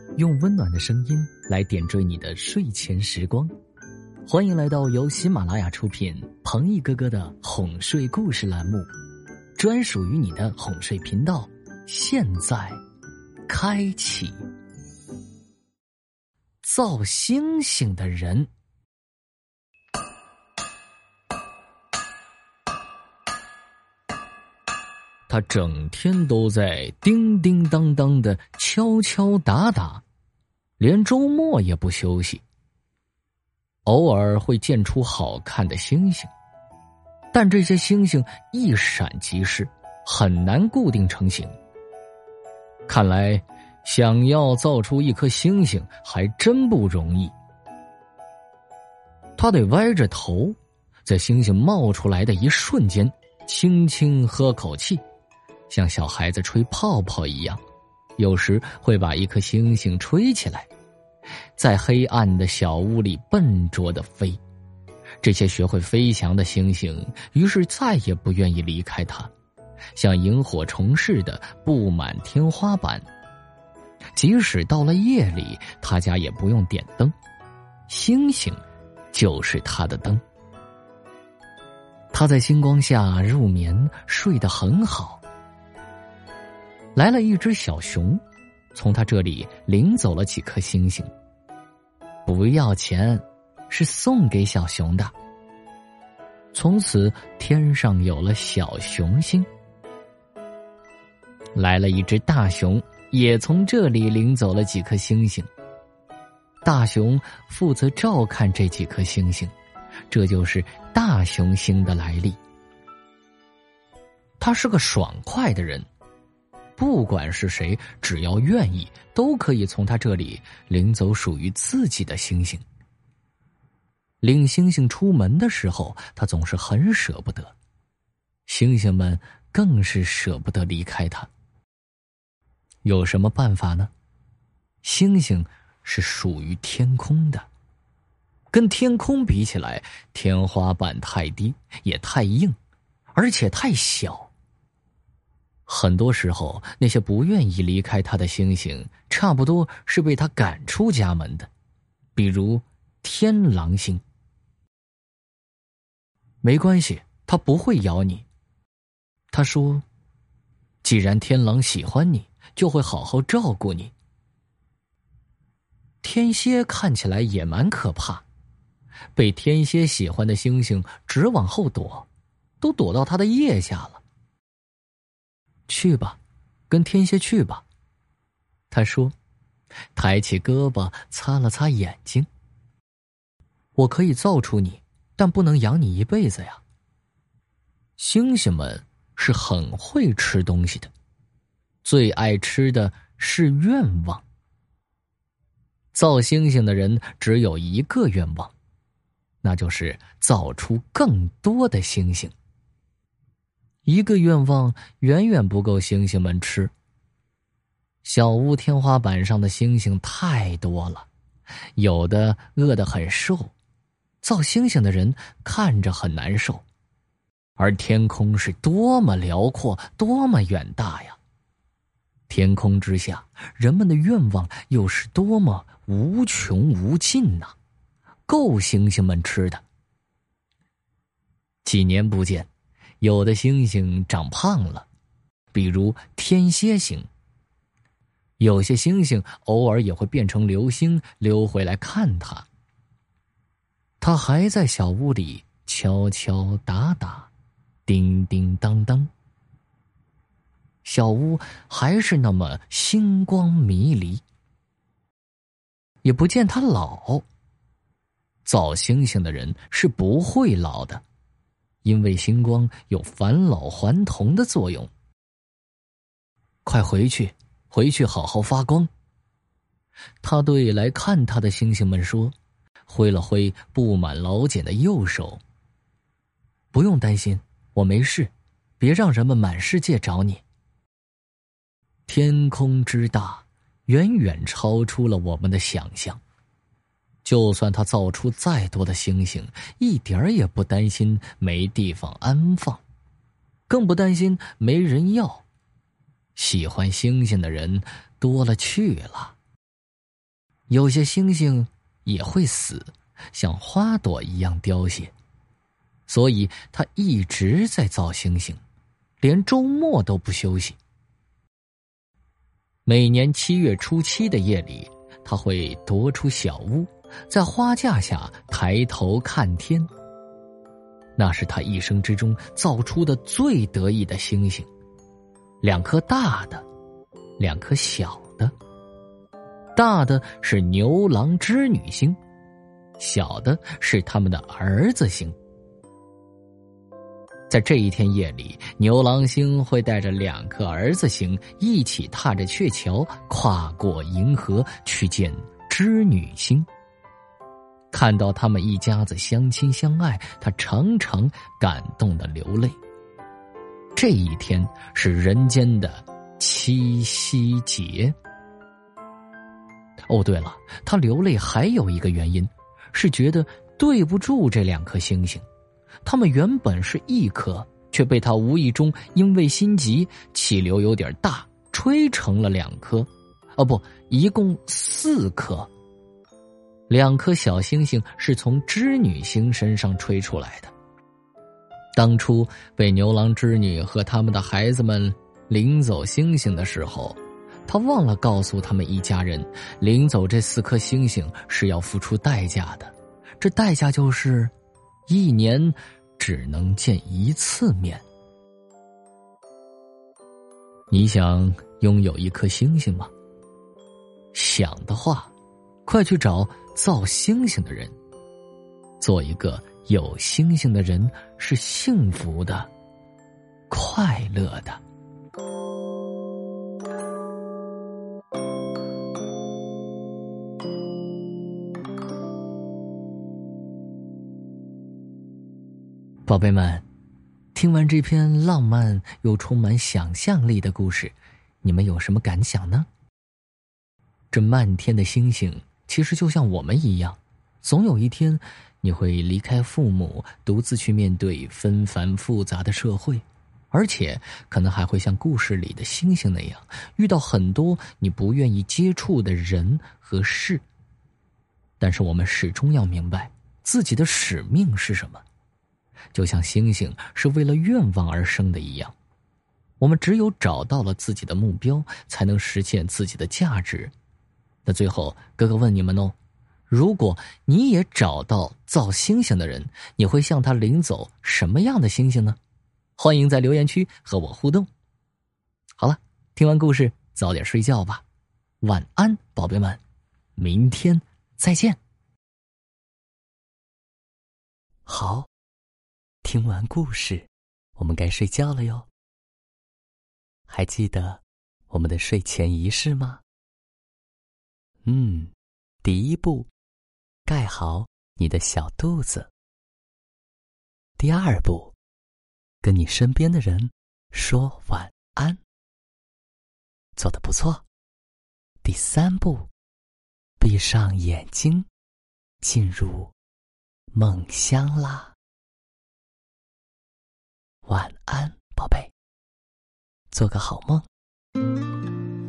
用温暖的声音来点缀你的睡前时光。欢迎来到由喜马拉雅出品彭毅哥哥的哄睡故事栏目，专属于你的哄睡频道，现在开启。造星星的人。他整天都在叮叮当当的敲敲打打，连周末也不休息。偶尔会见出好看的星星，但这些星星一闪即逝，很难固定成型。看来想要造出一颗星星还真不容易。他得歪着头，在星星冒出来的一瞬间，轻轻喝口气，像小孩子吹泡泡一样，有时会把一颗星星吹起来，在黑暗的小屋里笨拙地飞。这些学会飞翔的星星于是再也不愿意离开它，像萤火虫似的布满天花板。即使到了夜里，他家也不用点灯，星星就是他的灯。他在星光下入眠，睡得很好。来了一只小熊，从他这里领走了几颗星星，不要钱，是送给小熊的。从此天上有了小熊星。来了一只大熊，也从这里领走了几颗星星。大熊负责照看这几颗星星，这就是大熊星的来历。他是个爽快的人，不管是谁，只要愿意，都可以从他这里领走属于自己的星星。领星星出门的时候，他总是很舍不得，星星们更是舍不得离开他。有什么办法呢？星星是属于天空的，跟天空比起来，天花板太低，也太硬，而且太小。很多时候，那些不愿意离开他的星星，差不多是被他赶出家门的，比如天狼星。没关系，他不会咬你。他说，既然天狼喜欢你，就会好好照顾你。天蝎看起来也蛮可怕，被天蝎喜欢的星星直往后躲，都躲到他的腋下了。去吧，跟天蝎去吧。他说，抬起胳膊擦了擦眼睛。我可以造出你，但不能养你一辈子呀。星星们是很会吃东西的，最爱吃的是愿望。造星星的人只有一个愿望，那就是造出更多的星星。一个愿望远远不够星星们吃。小屋天花板上的星星太多了，有的饿得很瘦，造星星的人看着很难受。而天空是多么辽阔，多么远大呀！天空之下，人们的愿望又是多么无穷无尽呐，够星星们吃的。几年不见，有的星星长胖了，比如天蝎星。有些星星偶尔也会变成流星，溜回来看他。他还在小屋里敲敲打打，叮叮当当。小屋还是那么星光迷离，也不见他老。造星星的人是不会老的，因为星光有返老还童的作用。快回去，回去好好发光。他对来看他的星星们说，挥了挥布满老茧的右手。不用担心，我没事，别让人们满世界找你。天空之大，远远超出了我们的想象。就算他造出再多的星星，一点儿也不担心没地方安放，更不担心没人要。喜欢星星的人多了去了。 有些星星也会死，像花朵一样凋谢，所以他一直在造星星，连周末都不休息。每年7月初7的夜里，他会踱出小屋，在花架下抬头看天。那是他一生之中造出的最得意的星星，2颗大的，2颗小的。大的是牛郎织女星，小的是他们的儿子星。在这一天夜里，牛郎星会带着2颗儿子星一起踏着鹊桥，跨过银河去见织女星。看到他们一家子相亲相爱，他常常感动地流泪。这一天是人间的七夕节。哦，对了，他流泪还有一个原因，是觉得对不住这2颗星星。他们原本是1颗，却被他无意中因为心急，气流有点大，吹成了2颗。哦不，一共4颗。2颗小星星是从织女星身上吹出来的。当初被牛郎织女和他们的孩子们领走星星的时候，他忘了告诉他们一家人，领走这4颗星星是要付出代价的。这代价就是1年只能见1次面。你想拥有1颗星星吗？想的话，快去找造星星的人。做一个有星星的人是幸福的，快乐的。宝贝们，听完这篇浪漫又充满想象力的故事，你们有什么感想呢？这漫天的星星其实就像我们一样，总有一天你会离开父母，独自去面对纷繁复杂的社会，而且可能还会像故事里的星星那样，遇到很多你不愿意接触的人和事。但是我们始终要明白自己的使命是什么，就像星星是为了愿望而生的一样，我们只有找到了自己的目标，才能实现自己的价值。那最后，哥哥问你们哦，如果你也找到造星星的人，你会向他领走什么样的星星呢？欢迎在留言区和我互动。好了，听完故事早点睡觉吧，晚安，宝贝们，明天再见。好，听完故事，我们该睡觉了哟。还记得我们的睡前仪式吗？第一步，盖好你的小肚子。第2步，跟你身边的人说晚安。做得不错。第3步，闭上眼睛，进入梦乡啦。晚安，宝贝，做个好梦。